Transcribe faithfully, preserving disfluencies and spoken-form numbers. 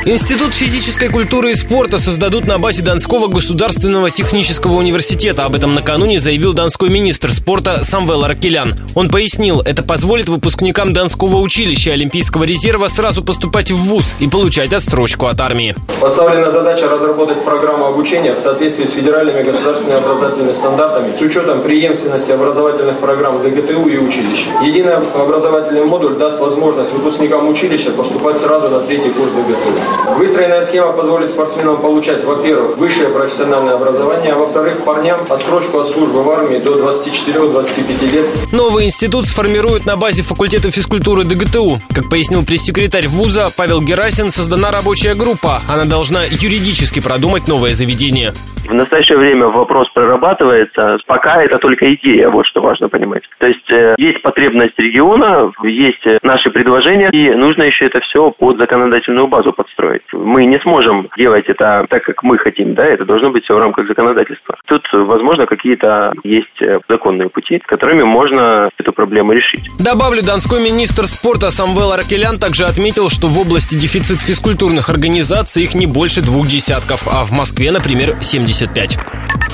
Институт физической культуры и спорта создадут на базе Донского государственного технического университета. Об этом накануне заявил донской министр спорта Самвел Аракелян. Он пояснил, это позволит выпускникам Донского училища Олимпийского резерва сразу поступать в вуз и получать отсрочку от армии. Поставлена задача разработать программу обучения в соответствии с федеральными государственными образовательными стандартами с учетом преемственности образовательных программ ДГТУ и училища. Единый образовательный модуль даст возможность выпускникам училища поступать сразу на третий курс ДГТУ. Выстроенная схема позволит спортсменам получать, во-первых, высшее профессиональное образование, а во-вторых, парням отсрочку от службы в армии до двадцати четырёх — двадцати пяти лет. Новый институт сформируют на базе факультета физкультуры ДГТУ. Как пояснил пресс-секретарь вуза Павел Герасин, создана рабочая группа. Она должна юридически продумать новое заведение. В настоящее время вопрос прорабатывается. Пока это только идея, вот что важно понимать. То есть э, есть потребность региона, есть наши предложения, и нужно еще это все под законодательную базу подстроить. Мы не сможем делать это так, как мы хотим, да, это должно быть все в рамках законодательства. Тут, возможно, какие-то есть законные пути, которыми можно эту проблему решить. Добавлю, донской министр спорта Самвел Аракелян также отметил, что в области дефицит физкультурных организаций их не больше двух десятков, а в Москве, например, семьдесят пять.